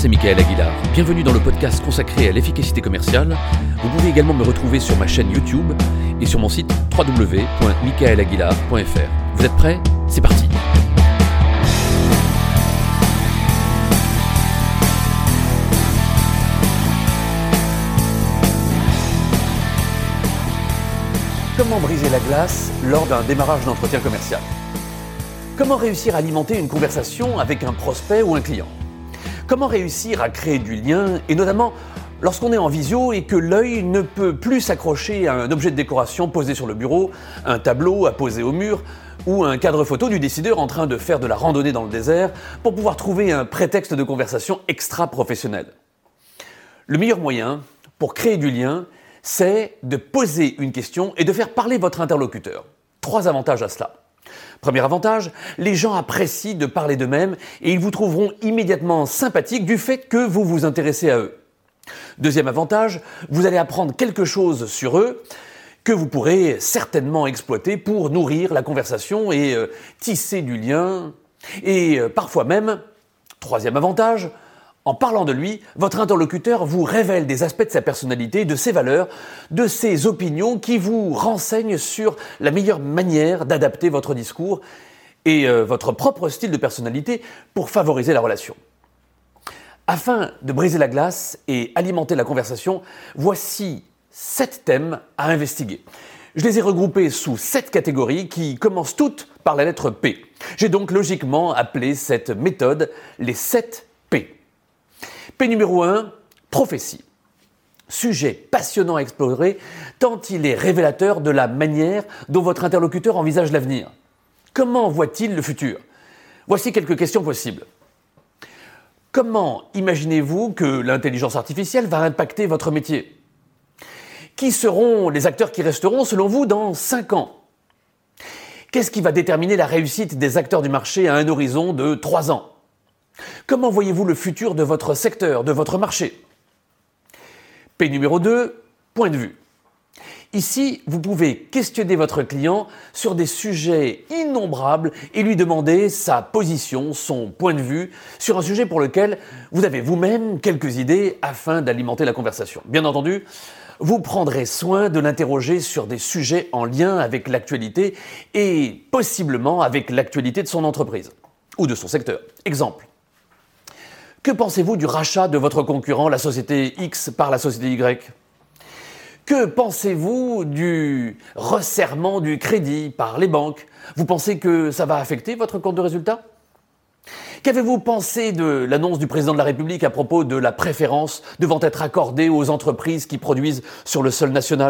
c'est Michael Aguilar. Bienvenue dans le podcast consacré à l'efficacité commerciale. Vous pouvez également me retrouver sur ma chaîne YouTube et sur mon site www.michaelaguilar.fr. Vous êtes prêts ? C'est parti ! Comment briser la glace lors d'un démarrage d'entretien commercial ? Comment réussir à alimenter une conversation avec un prospect ou un client ? Comment réussir à créer du lien, et notamment lorsqu'on est en visio et que l'œil ne peut plus s'accrocher à un objet de décoration posé sur le bureau, un tableau à poser au mur ou un cadre photo du décideur en train de faire de la randonnée dans le désert pour pouvoir trouver un prétexte de conversation extra-professionnel. Le meilleur moyen pour créer du lien, c'est de poser une question et de faire parler votre interlocuteur. 3 avantages à cela. Premier avantage, les gens apprécient de parler d'eux-mêmes et ils vous trouveront immédiatement sympathique du fait que vous vous intéressez à eux. Deuxième avantage, vous allez apprendre quelque chose sur eux que vous pourrez certainement exploiter pour nourrir la conversation et tisser du lien. Et parfois même, troisième avantage, en parlant de lui, votre interlocuteur vous révèle des aspects de sa personnalité, de ses valeurs, de ses opinions qui vous renseignent sur la meilleure manière d'adapter votre discours et votre propre style de personnalité pour favoriser la relation. Afin de briser la glace et alimenter la conversation, voici 7 thèmes à investiguer. Je les ai regroupés sous 7 catégories qui commencent toutes par la lettre P. J'ai donc logiquement appelé cette méthode les 7 P. P numéro 1, prophétie. Sujet passionnant à explorer tant il est révélateur de la manière dont votre interlocuteur envisage l'avenir. Comment voit-il le futur ? Voici quelques questions possibles. Comment imaginez-vous que l'intelligence artificielle va impacter votre métier ? Qui seront les acteurs qui resteront selon vous dans 5 ans ? Qu'est-ce qui va déterminer la réussite des acteurs du marché à un horizon de 3 ans ? Comment voyez-vous le futur de votre secteur, de votre marché ? P numéro 2, point de vue. Ici, vous pouvez questionner votre client sur des sujets innombrables et lui demander sa position, son point de vue sur un sujet pour lequel vous avez vous-même quelques idées afin d'alimenter la conversation. Bien entendu, vous prendrez soin de l'interroger sur des sujets en lien avec l'actualité et possiblement avec l'actualité de son entreprise ou de son secteur. Exemple. Que pensez-vous du rachat de votre concurrent, la société X, par la société Y ? Que pensez-vous du resserrement du crédit par les banques ? Vous pensez que ça va affecter votre compte de résultat ? Qu'avez-vous pensé de l'annonce du président de la République à propos de la préférence devant être accordée aux entreprises qui produisent sur le sol national ?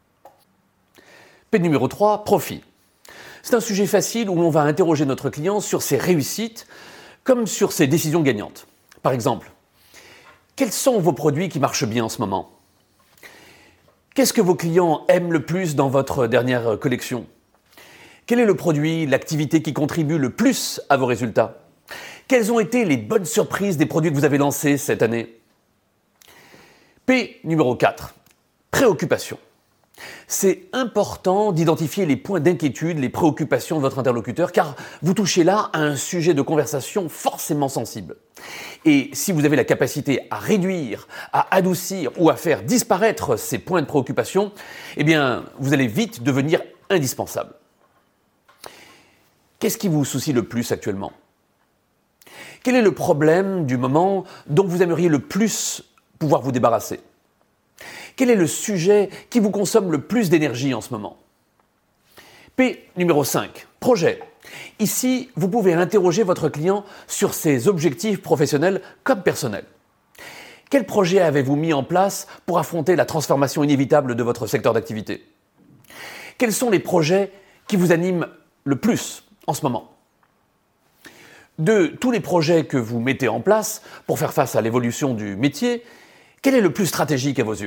P numéro 3, profit. C'est un sujet facile où on va interroger notre client sur ses réussites comme sur ses décisions gagnantes. Par exemple, quels sont vos produits qui marchent bien en ce moment ? Qu'est-ce que vos clients aiment le plus dans votre dernière collection ? Quel est le produit, l'activité qui contribue le plus à vos résultats ? Quelles ont été les bonnes surprises des produits que vous avez lancés cette année ? P numéro 4, préoccupation. C'est important d'identifier les points d'inquiétude, les préoccupations de votre interlocuteur, car vous touchez là à un sujet de conversation forcément sensible. Et si vous avez la capacité à réduire, à adoucir ou à faire disparaître ces points de préoccupation, eh bien, vous allez vite devenir indispensable. Qu'est-ce qui vous soucie le plus actuellement ? Quel est le problème du moment dont vous aimeriez le plus pouvoir vous débarrasser ? Quel est le sujet qui vous consomme le plus d'énergie en ce moment ? P numéro 5, projet. Ici, vous pouvez interroger votre client sur ses objectifs professionnels comme personnels. Quel projet avez-vous mis en place pour affronter la transformation inévitable de votre secteur d'activité ? Quels sont les projets qui vous animent le plus en ce moment ? De tous les projets que vous mettez en place pour faire face à l'évolution du métier, quel est le plus stratégique à vos yeux ?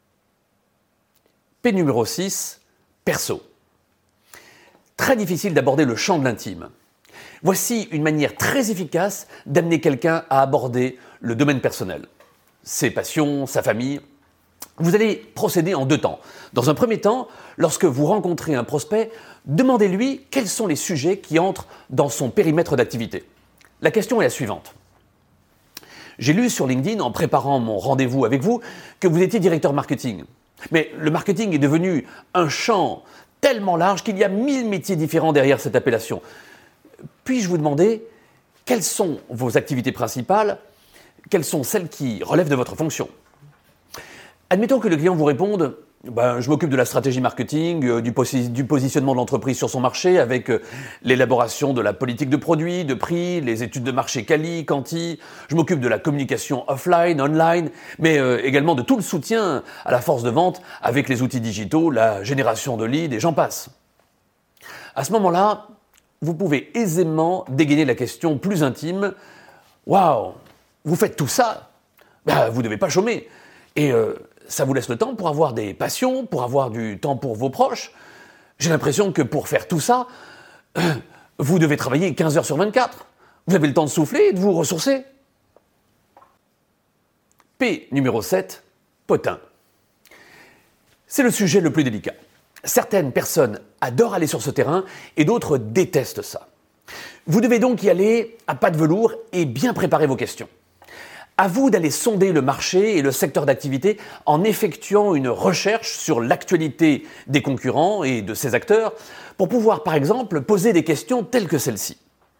P numéro 6, perso. Très difficile d'aborder le champ de l'intime. Voici une manière très efficace d'amener quelqu'un à aborder le domaine personnel. Ses passions, sa famille. Vous allez procéder en 2 temps. Dans un premier temps, lorsque vous rencontrez un prospect, demandez-lui quels sont les sujets qui entrent dans son périmètre d'activité. La question est la suivante. J'ai lu sur LinkedIn, en préparant mon rendez-vous avec vous, que vous étiez directeur marketing. Mais le marketing est devenu un champ tellement large qu'il y a 1000 métiers différents derrière cette appellation. Puis-je vous demander quelles sont vos activités principales, quelles sont celles qui relèvent de votre fonction? Admettons que le client vous réponde « je m'occupe de la stratégie marketing, du positionnement de l'entreprise sur son marché avec l'élaboration de la politique de produit, de prix, les études de marché quali, quanti. Je m'occupe de la communication offline, online, mais également de tout le soutien à la force de vente avec les outils digitaux, la génération de leads et j'en passe. » À ce moment-là, vous pouvez aisément dégainer la question plus intime « Waouh, vous faites tout ça? Vous ne devez pas chômer. » Et ça vous laisse le temps pour avoir des passions, pour avoir du temps pour vos proches. J'ai l'impression que pour faire tout ça, vous devez travailler 15 heures sur 24. Vous avez le temps de souffler et de vous ressourcer. P numéro 7, potin. C'est le sujet le plus délicat. Certaines personnes adorent aller sur ce terrain et d'autres détestent ça. Vous devez donc y aller à pas de velours et bien préparer vos questions. À vous d'aller sonder le marché et le secteur d'activité en effectuant une recherche sur l'actualité des concurrents et de ces acteurs pour pouvoir, par exemple, poser des questions telles que celle-ci.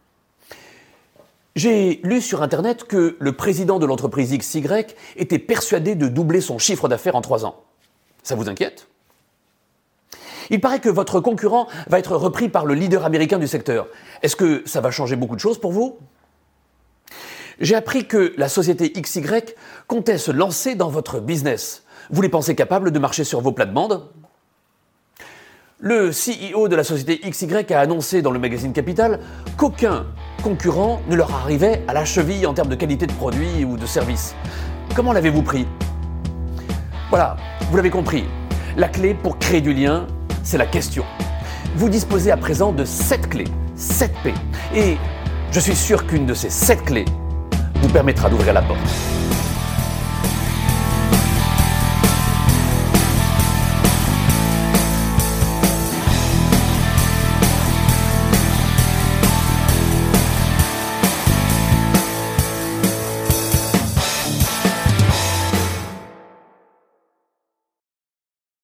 J'ai lu sur Internet que le président de l'entreprise XY était persuadé de doubler son chiffre d'affaires en 3 ans. Ça vous inquiète ? Il paraît que votre concurrent va être repris par le leader américain du secteur. Est-ce que ça va changer beaucoup de choses pour vous ? J'ai appris que la société XY comptait se lancer dans votre business. Vous les pensez capables de marcher sur vos plates-bandes ? Le CEO de la société XY a annoncé dans le magazine Capital qu'aucun concurrent ne leur arrivait à la cheville en termes de qualité de produit ou de service. Comment l'avez-vous pris ? Voilà, vous l'avez compris. La clé pour créer du lien, c'est la question. Vous disposez à présent de 7 clés, 7 P. Et je suis sûr qu'une de ces 7 clés vous permettra d'ouvrir la porte.